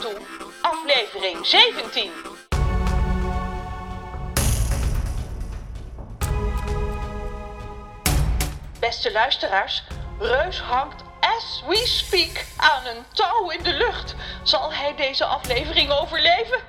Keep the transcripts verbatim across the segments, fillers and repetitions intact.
toe, aflevering zeventien. Beste luisteraars, Reus hangt as we speak aan een touw in de lucht. Zal hij deze aflevering overleven?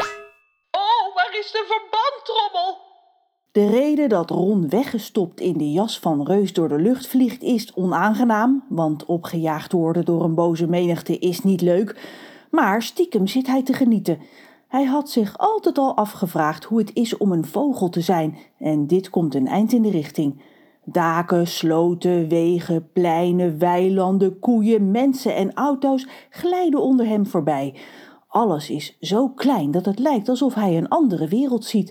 Oh, waar is de verbandtrommel? De reden dat Ron weggestopt in de jas van Reus door de lucht vliegt is onaangenaam, want opgejaagd worden door een boze menigte is niet leuk, maar stiekem zit hij te genieten. Hij had zich altijd al afgevraagd hoe het is om een vogel te zijn en dit komt een eind in de richting. Daken, sloten, wegen, pleinen, weilanden, koeien, mensen en auto's glijden onder hem voorbij. Alles is zo klein dat het lijkt alsof hij een andere wereld ziet.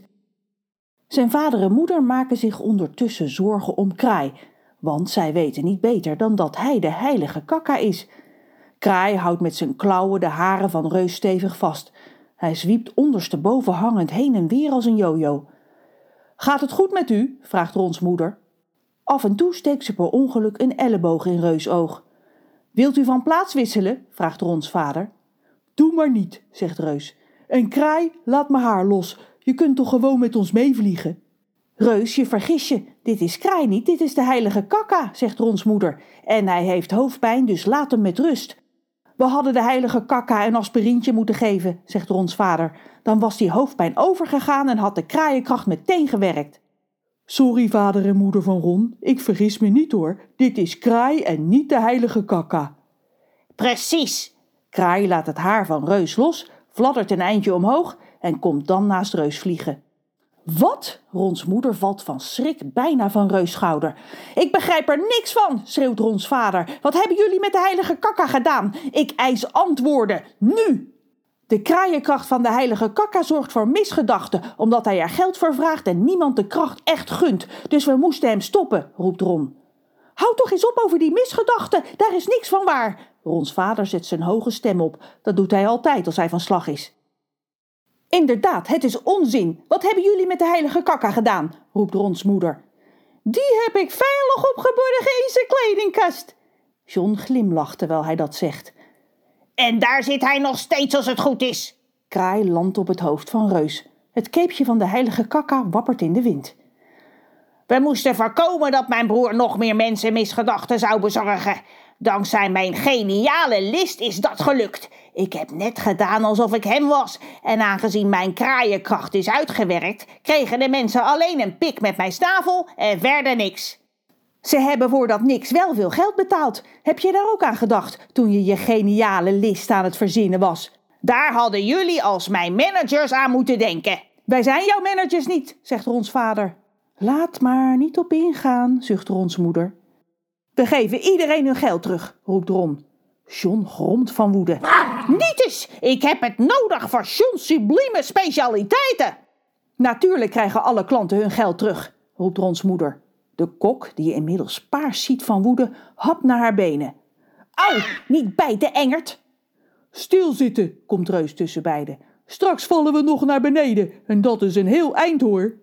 Zijn vader en moeder maken zich ondertussen zorgen om Kraai, want zij weten niet beter dan dat hij de heilige Kakka is. Kraai houdt met zijn klauwen de haren van Reus stevig vast. Hij zwiept ondersteboven hangend heen en weer als een jojo. Gaat het goed met u? Vraagt Rons moeder. Af en toe steekt ze per ongeluk een elleboog in Reus' oog. Wilt u van plaats wisselen? Vraagt Rons vader. Doe maar niet, zegt Reus. En Kraai, laat me haar los. Je kunt toch gewoon met ons meevliegen? Reus, je vergis je. Dit is Kraai niet, dit is de heilige Kakka, zegt Rons moeder. En hij heeft hoofdpijn, dus laat hem met rust. We hadden de heilige Kakka een aspirintje moeten geven, zegt Rons vader. Dan was die hoofdpijn overgegaan en had de kraaienkracht meteen gewerkt. Sorry, vader en moeder van Ron, ik vergis me niet hoor. Dit is Kraai en niet de heilige Kakka. Precies. Kraai laat het haar van Reus los, fladdert een eindje omhoog en komt dan naast Reus vliegen. Wat? Rons moeder valt van schrik bijna van Reus' schouder. Ik begrijp er niks van, schreeuwt Rons vader. Wat hebben jullie met de heilige Kakka gedaan? Ik eis antwoorden, nu! De kraaienkracht van de heilige Kakka zorgt voor misgedachten, omdat hij er geld voor vraagt en niemand de kracht echt gunt. Dus we moesten hem stoppen, roept Ron. Houd toch eens op over die misgedachten, daar is niks van waar. Rons vader zet zijn hoge stem op. Dat doet hij altijd als hij van slag is. Inderdaad, het is onzin. Wat hebben jullie met de heilige Kakka gedaan? Roept Rons moeder. Die heb ik veilig opgeborgen in zijn kledingkast. John glimlacht terwijl hij dat zegt. En daar zit hij nog steeds als het goed is. Kraai landt op het hoofd van Reus. Het keepje van de heilige Kakka wappert in de wind. We moesten voorkomen dat mijn broer nog meer mensen misgedachten zou bezorgen. Dankzij mijn geniale list is dat gelukt. Ik heb net gedaan alsof ik hem was. En aangezien mijn kraaienkracht is uitgewerkt, kregen de mensen alleen een pik met mijn snavel en verder niks. Ze hebben voor dat niks wel veel geld betaald. Heb je daar ook aan gedacht toen je je geniale list aan het verzinnen was? Daar hadden jullie als mijn managers aan moeten denken. Wij zijn jouw managers niet, zegt Rons vader. Laat maar niet op ingaan, zucht Rons moeder. We geven iedereen hun geld terug, roept Ron. John gromt van woede. Niet eens! Ik heb het nodig voor John's sublieme specialiteiten. Natuurlijk krijgen alle klanten hun geld terug, roept Rons moeder. De kok, die inmiddels paars ziet van woede, hapt naar haar benen. Au, niet bijten, Engert! Stilzitten, komt Reus tussen beiden. Straks vallen we nog naar beneden en dat is een heel eind hoor.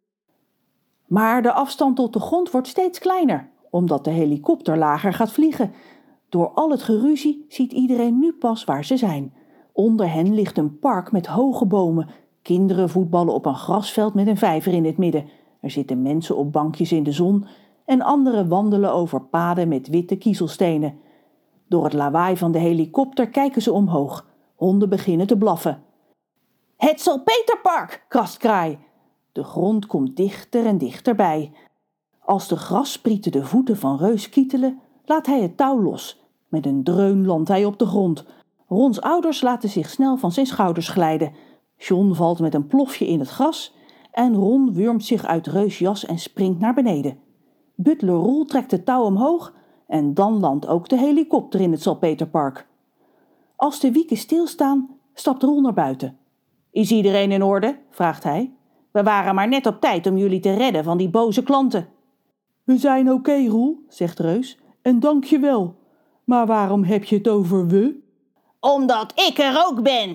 Maar de afstand tot de grond wordt steeds kleiner, omdat de helikopter lager gaat vliegen. Door al het geruzie ziet iedereen nu pas waar ze zijn. Onder hen ligt een park met hoge bomen. Kinderen voetballen op een grasveld met een vijver in het midden. Er zitten mensen op bankjes in de zon en anderen wandelen over paden met witte kiezelstenen. Door het lawaai van de helikopter kijken ze omhoog. Honden beginnen te blaffen. Het Salpeterpark, krast Kraai. De grond komt dichter en dichterbij. Als de grassprieten de voeten van Reus kietelen, laat hij het touw los. Met een dreun landt hij op de grond. Rons ouders laten zich snel van zijn schouders glijden. John valt met een plofje in het gras en Ron wurmt zich uit Reus' jas en springt naar beneden. Butler Roel trekt het touw omhoog en dan landt ook de helikopter in het Salpeterpark. Als de wieken stilstaan, stapt Roel naar buiten. Is iedereen in orde? Vraagt hij. We waren maar net op tijd om jullie te redden van die boze klanten. We zijn oké, okay, Roel, zegt Reus, en dank je wel. Maar waarom heb je het over we? Omdat ik er ook ben.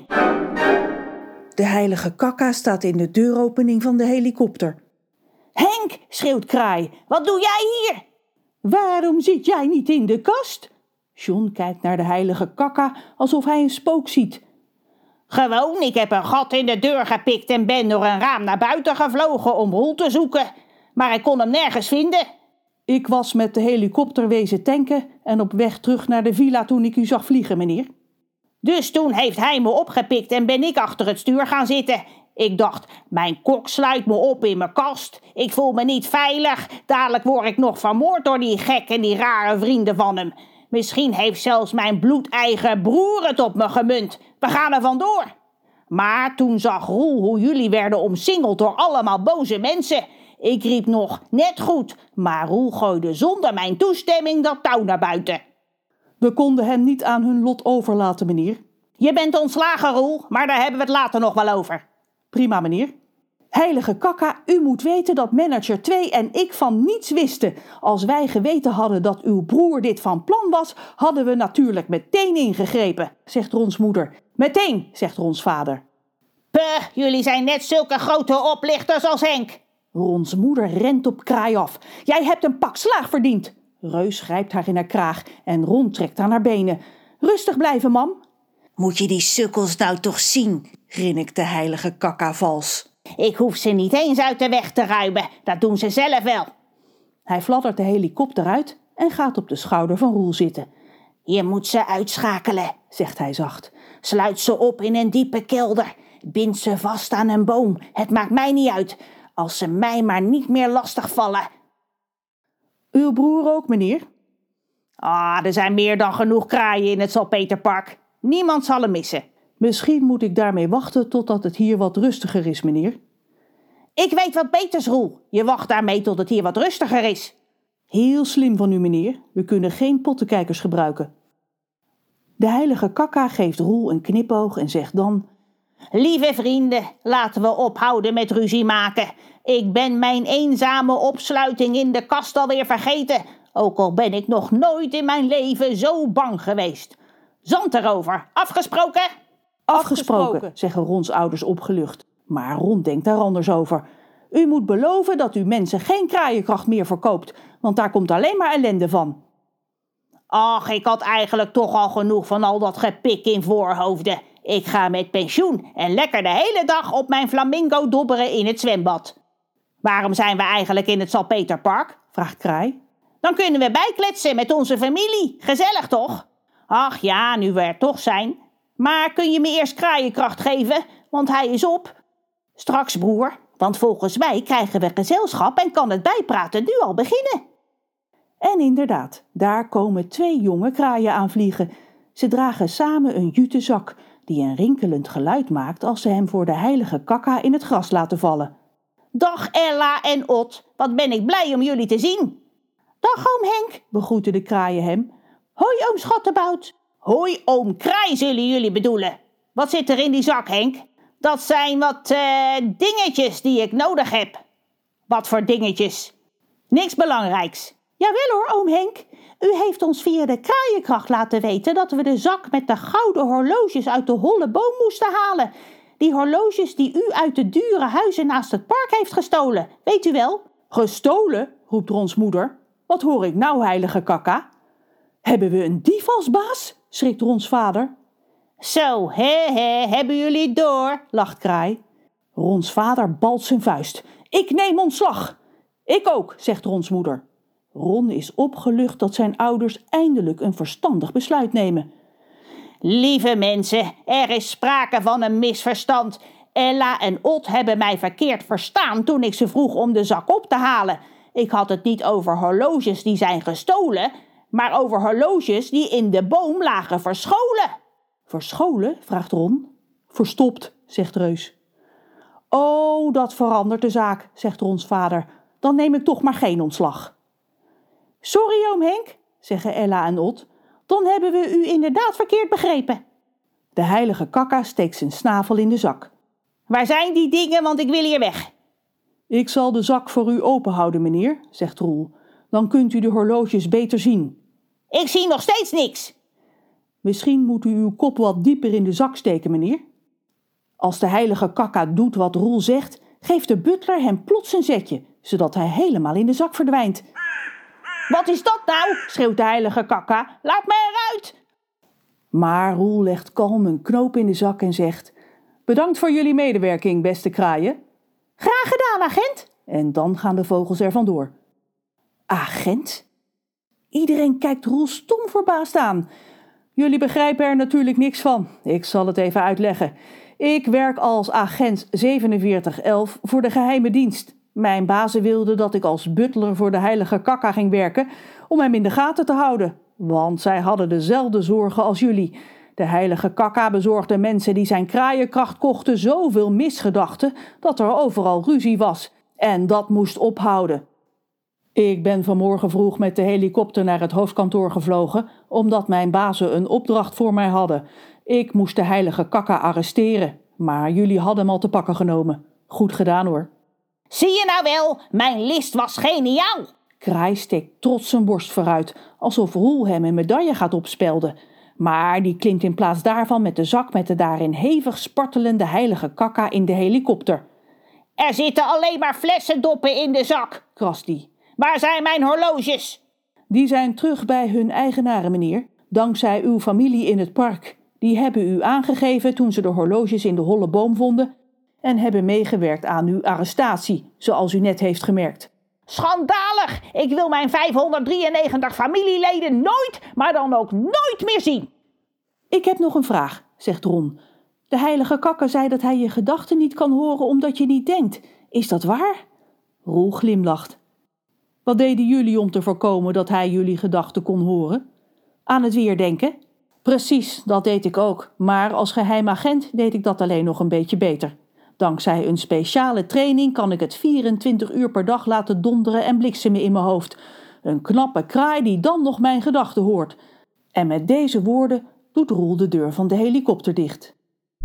De heilige Kakka staat in de deuropening van de helikopter. Henk, schreeuwt Kraai, wat doe jij hier? Waarom zit jij niet in de kast? John kijkt naar de heilige Kakka alsof hij een spook ziet. Gewoon, ik heb een gat in de deur gepikt en ben door een raam naar buiten gevlogen om Roel te zoeken. Maar ik kon hem nergens vinden. Ik was met de helikopter wezen tanken en op weg terug naar de villa toen ik u zag vliegen, meneer. Dus toen heeft hij me opgepikt en ben ik achter het stuur gaan zitten. Ik dacht, mijn kok sluit me op in mijn kast. Ik voel me niet veilig. Dadelijk word ik nog vermoord door die gek en die rare vrienden van hem. Misschien heeft zelfs mijn bloedeigen broer het op me gemunt. We gaan er vandoor. Maar toen zag Roel hoe jullie werden omsingeld door allemaal boze mensen. Ik riep nog net goed, maar Roel gooide zonder mijn toestemming dat touw naar buiten. We konden hem niet aan hun lot overlaten, meneer. Je bent ontslagen, Roel, maar daar hebben we het later nog wel over. Prima, meneer. Heilige Kakka, u moet weten dat manager twee en ik van niets wisten. Als wij geweten hadden dat uw broer dit van plan was, hadden we natuurlijk meteen ingegrepen, zegt Rons moeder. Meteen, zegt Rons vader. Puh, jullie zijn net zulke grote oplichters als Henk. Rons moeder rent op Kraai af. Jij hebt een pak slaag verdiend. Reus grijpt haar in haar kraag en Ron trekt aan haar benen. Rustig blijven, mam. Moet je die sukkels nou toch zien, grinnikt de heilige Kakka vals. Ik hoef ze niet eens uit de weg te ruimen, dat doen ze zelf wel. Hij fladdert de helikopter uit en gaat op de schouder van Roel zitten. Je moet ze uitschakelen, zegt hij zacht. Sluit ze op in een diepe kelder. Bind ze vast aan een boom. Het maakt mij niet uit, als ze mij maar niet meer lastig vallen. Uw broer ook, meneer? Ah, er zijn meer dan genoeg kraaien in het Salpeterpark. Niemand zal hem missen. Misschien moet ik daarmee wachten totdat het hier wat rustiger is, meneer. Ik weet wat beters, Roel. Je wacht daarmee tot het hier wat rustiger is. Heel slim van u, meneer. We kunnen geen pottenkijkers gebruiken. De heilige Kakka geeft Roel een knipoog en zegt dan: Lieve vrienden, laten we ophouden met ruzie maken. Ik ben mijn eenzame opsluiting in de kast alweer vergeten. Ook al ben ik nog nooit in mijn leven zo bang geweest. Zand erover. Afgesproken? Afgesproken, zeggen Rons ouders opgelucht. Maar Ron denkt daar anders over. U moet beloven dat u mensen geen kraaienkracht meer verkoopt, want daar komt alleen maar ellende van. Ach, ik had eigenlijk toch al genoeg van al dat gepik in voorhoofden. Ik ga met pensioen en lekker de hele dag op mijn flamingo dobberen in het zwembad. Waarom zijn we eigenlijk in het Salpeterpark? Vraagt Kraai. Dan kunnen we bijkletsen met onze familie. Gezellig toch? Ach ja, nu we er toch zijn. Maar kun je me eerst kraaienkracht geven, want hij is op. Straks, broer, want volgens mij krijgen we gezelschap en kan het bijpraten nu al beginnen. En inderdaad, daar komen twee jonge kraaien aanvliegen. Ze dragen samen een jute zak, die een rinkelend geluid maakt als ze hem voor de heilige Kakka in het gras laten vallen. Dag Ella en Ot, wat ben ik blij om jullie te zien. Dag oom Henk, begroeten de kraaien hem. Hoi oom Schattenbout. Hoi oom Kraai zullen jullie bedoelen. Wat zit er in die zak, Henk? Dat zijn wat uh, dingetjes die ik nodig heb. Wat voor dingetjes? Niks belangrijks. Jawel hoor, oom Henk. U heeft ons via de kraaienkracht laten weten dat we de zak met de gouden horloges uit de holle boom moesten halen. Die horloges die u uit de dure huizen naast het park heeft gestolen. Weet u wel? Gestolen? Roept Rons moeder. Wat hoor ik nou, heilige Kakka? Hebben we een dief als baas? Schrikt Rons vader. Zo, hè, hè, hebben jullie het door? Lacht Kraai. Rons vader balt zijn vuist. Ik neem ontslag. Ik ook, zegt Rons moeder. Ron is opgelucht dat zijn ouders eindelijk een verstandig besluit nemen. Lieve mensen, er is sprake van een misverstand. Ella en Ot hebben mij verkeerd verstaan toen ik ze vroeg om de zak op te halen. Ik had het niet over horloges die zijn gestolen, maar over horloges die in de boom lagen verscholen. Verscholen? Vraagt Ron. Verstopt, zegt Reus. Oh, dat verandert de zaak, zegt Rons vader. Dan neem ik toch maar geen ontslag. Sorry, oom Henk, zeggen Ella en Ot. Dan hebben we u inderdaad verkeerd begrepen. De heilige Kakka steekt zijn snavel in de zak. Waar zijn die dingen, want ik wil hier weg. Ik zal de zak voor u openhouden, meneer, zegt Roel. Dan kunt u de horloges beter zien. Ik zie nog steeds niks. Misschien moet u uw kop wat dieper in de zak steken, meneer. Als de heilige Kakka doet wat Roel zegt, geeft de butler hem plots een zetje, zodat hij helemaal in de zak verdwijnt. Wat is dat nou? Schreeuwt de heilige Kakka. Laat mij eruit! Maar Roel legt kalm een knoop in de zak en zegt: Bedankt voor jullie medewerking, beste kraaien. Graag gedaan, agent. En dan gaan de vogels er vandoor. Agent? Iedereen kijkt Roel stom verbaasd aan. Jullie begrijpen er natuurlijk niks van. Ik zal het even uitleggen. Ik werk als agent zevenenveertig elf voor de geheime dienst. Mijn bazen wilden dat ik als butler voor de heilige kakka ging werken om hem in de gaten te houden. Want zij hadden dezelfde zorgen als jullie. De heilige kakka bezorgde mensen die zijn kraaienkracht kochten zoveel misgedachten dat er overal ruzie was. En dat moest ophouden. Ik ben vanmorgen vroeg met de helikopter naar het hoofdkantoor gevlogen, omdat mijn bazen een opdracht voor mij hadden. Ik moest de heilige kakka arresteren, maar jullie hadden hem al te pakken genomen. Goed gedaan hoor. Zie je nou wel, mijn list was geniaal. Kraai steekt trots zijn borst vooruit, alsof Roel hem een medaille gaat opspelden. Maar die klimt in plaats daarvan met de zak met de daarin hevig spartelende heilige kakka in de helikopter. Er zitten alleen maar flessendoppen in de zak, krast die. Waar zijn mijn horloges? Die zijn terug bij hun eigenaren, meneer, dankzij uw familie in het park. Die hebben u aangegeven toen ze de horloges in de holle boom vonden en hebben meegewerkt aan uw arrestatie, zoals u net heeft gemerkt. Schandalig! Ik wil mijn vijfhonderddrieënnegentig familieleden nooit, maar dan ook nooit meer zien. Ik heb nog een vraag, zegt Ron. De heilige kakka zei dat hij je gedachten niet kan horen omdat je niet denkt. Is dat waar? Roel glimlacht. Wat deden jullie om te voorkomen dat hij jullie gedachten kon horen? Aan het weer denken? Precies, dat deed ik ook. Maar als geheim agent deed ik dat alleen nog een beetje beter. Dankzij een speciale training kan ik het vierentwintig uur per dag laten donderen en bliksemen in mijn hoofd. Een knappe kraai die dan nog mijn gedachten hoort. En met deze woorden doet Roel de deur van de helikopter dicht.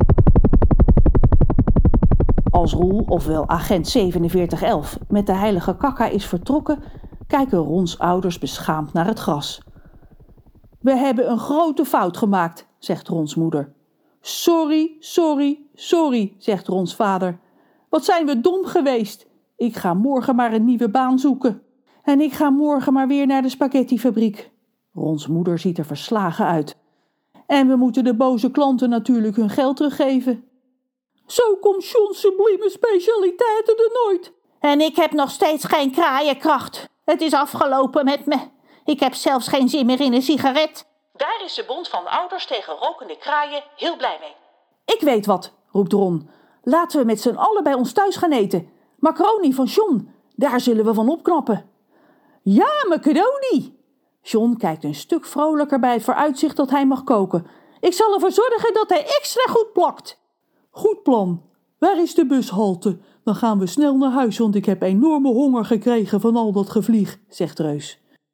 Als Roel, ofwel agent zevenenveertig elf, met de heilige kakka is vertrokken, kijken Rons ouders beschaamd naar het gras. We hebben een grote fout gemaakt, zegt Rons moeder. Sorry, sorry, sorry, zegt Rons vader. Wat zijn we dom geweest. Ik ga morgen maar een nieuwe baan zoeken. En ik ga morgen maar weer naar de spaghettifabriek. Rons moeder ziet er verslagen uit. En we moeten de boze klanten natuurlijk hun geld teruggeven. Zo komt John's sublieme specialiteiten er nooit. En ik heb nog steeds geen kraaienkracht. Het is afgelopen met me. Ik heb zelfs geen zin meer in een sigaret. Daar is de Bond van Ouders tegen Rokende Kraaien heel blij mee. Ik weet wat, roept Ron. Laten we met z'n allen bij ons thuis gaan eten. Macaroni van John, daar zullen we van opknappen. Ja, macaroni! John kijkt een stuk vrolijker bij het vooruitzicht dat hij mag koken. Ik zal ervoor zorgen dat hij extra goed plakt. Goed plan. Waar is de bushalte? Dan gaan we snel naar huis, want ik heb enorme honger gekregen van al dat gevlieg, zegt Reus.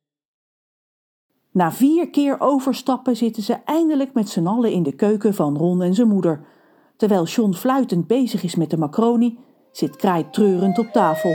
Na vier keer overstappen zitten ze eindelijk met z'n allen in de keuken van Ron en zijn moeder. Terwijl John fluitend bezig is met de macaroni, zit Kraai treurend op tafel.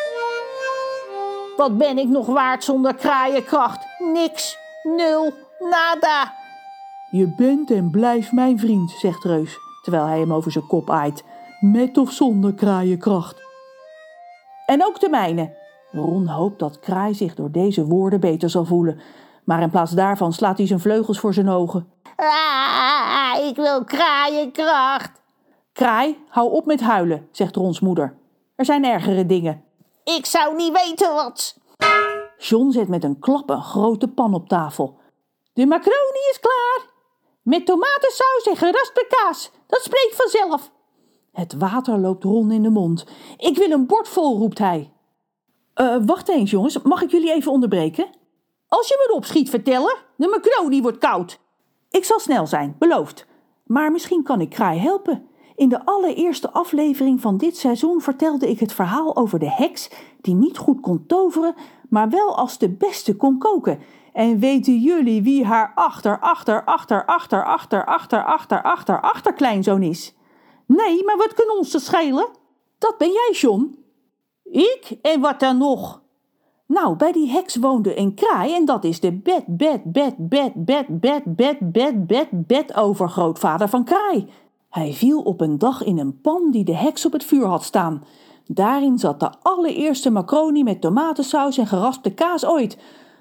Wat ben ik nog waard zonder kraaienkracht? Niks, nul, nada. Je bent en blijft mijn vriend, zegt Reus, terwijl hij hem over zijn kop aait. Met of zonder kraaienkracht. En ook de mijne. Ron hoopt dat Kraai zich door deze woorden beter zal voelen. Maar in plaats daarvan slaat hij zijn vleugels voor zijn ogen. Ah, ik wil kraaienkracht. Kraai, hou op met huilen, zegt Rons moeder. Er zijn ergere dingen. Ik zou niet weten wat. John zet met een klap een grote pan op tafel. De macaroni is klaar. Met tomatensaus en geraspte kaas. Dat spreekt vanzelf. Het water loopt Ron in de mond. Ik wil een bord vol, roept hij. Uh, wacht eens, jongens. Mag ik jullie even onderbreken? Als je me erop schiet vertellen, de macaroni wordt koud. Ik zal snel zijn, beloofd. Maar misschien kan ik Kraai helpen. In de allereerste aflevering van dit seizoen vertelde ik het verhaal over de heks die niet goed kon toveren, maar wel als de beste kon koken. En weten jullie wie haar achter, achter, achter, achter, achter, achter, achter, achter, achterkleinzoon is? Nee, maar wat kan ons dat schelen? Dat ben jij, John. Ik? En wat dan nog? Nou, bij die heks woonde een kraai en dat is de bed, bed, bed, bed, bed, bed, bed, bed, bed, bed overgrootvader van Kraai. Hij viel op een dag in een pan die de heks op het vuur had staan. Daarin zat de allereerste macaroni met tomatensaus en geraspte kaas ooit.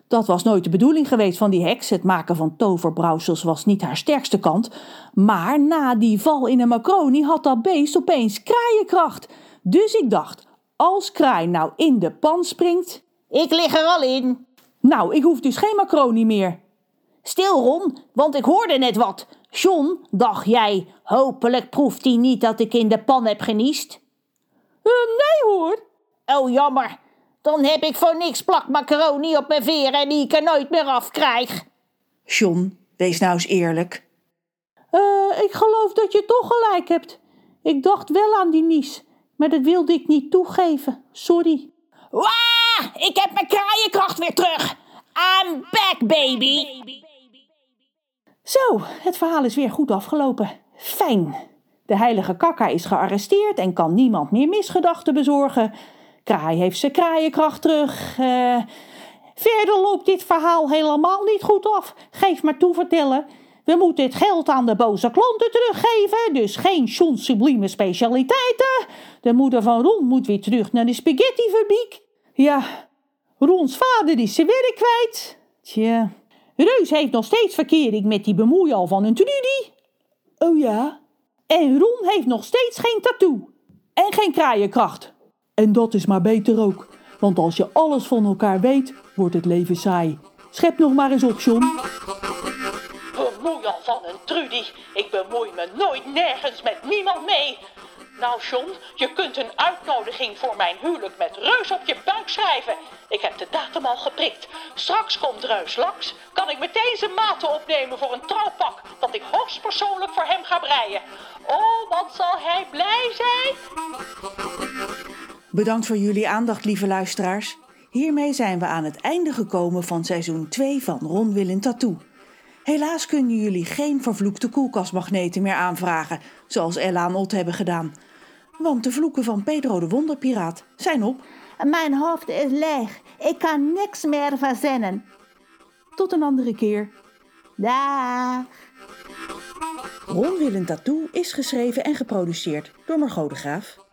Dat was nooit de bedoeling geweest van die heks. Het maken van toverbrouwsels was niet haar sterkste kant. Maar na die val in een macaroni had dat beest opeens kraaienkracht. Dus ik dacht, als Kraai nou in de pan springt... Ik lig er al in. Nou, ik hoef dus geen macaroni meer. Stil, Ron, want ik hoorde net wat. John, dacht jij, hopelijk proeft hij niet dat ik in de pan heb geniest? Uh, nee hoor. Oh, jammer. Dan heb ik voor niks plak macaroni op mijn veren die ik er nooit meer af krijg. John, wees nou eens eerlijk. Uh, ik geloof dat je toch gelijk hebt. Ik dacht wel aan die nies, maar dat wilde ik niet toegeven. Sorry. Wah! Ik heb mijn kraaienkracht weer terug. I'm back, baby. Zo, het verhaal is weer goed afgelopen. Fijn. De heilige Kakka is gearresteerd en kan niemand meer misgedachten bezorgen. Kraai heeft zijn kraaienkracht terug. Uh, verder loopt dit verhaal helemaal niet goed af. Geef maar toe vertellen. We moeten het geld aan de boze klanten teruggeven, dus geen John's sublieme specialiteiten. De moeder van Ron moet weer terug naar de spaghettifabriek. Ja, Rons vader is zijn werk kwijt. Tja, Reus heeft nog steeds verkering met die bemoeial van een Trudy. Oh ja? En Ron heeft nog steeds geen tattoo. En geen kraaienkracht. En dat is maar beter ook. Want als je alles van elkaar weet, wordt het leven saai. Schep nog maar eens op, John. Bemoeial van een Trudy. Ik bemoei me nooit nergens met niemand mee. Nou, John, je kunt een uitnodiging voor mijn huwelijk met Reus op je buik schrijven. Ik heb de datum al geprikt. Straks komt Reus langs. Kan ik meteen zijn maten opnemen voor een trouwpak dat ik hoogstpersoonlijk voor hem ga breien. Oh, wat zal hij blij zijn? Bedankt voor jullie aandacht, lieve luisteraars. Hiermee zijn we aan het einde gekomen van seizoen twee van Ron wil een tattoo. Helaas kunnen jullie geen vervloekte koelkastmagneten meer aanvragen, zoals Ella en Ot hebben gedaan. Want de vloeken van Pedro de Wonderpiraat zijn op. Mijn hoofd is leeg. Ik kan niks meer verzinnen. Tot een andere keer. Daag. Ron wil een tattoo is geschreven en geproduceerd door Margot de Graaf.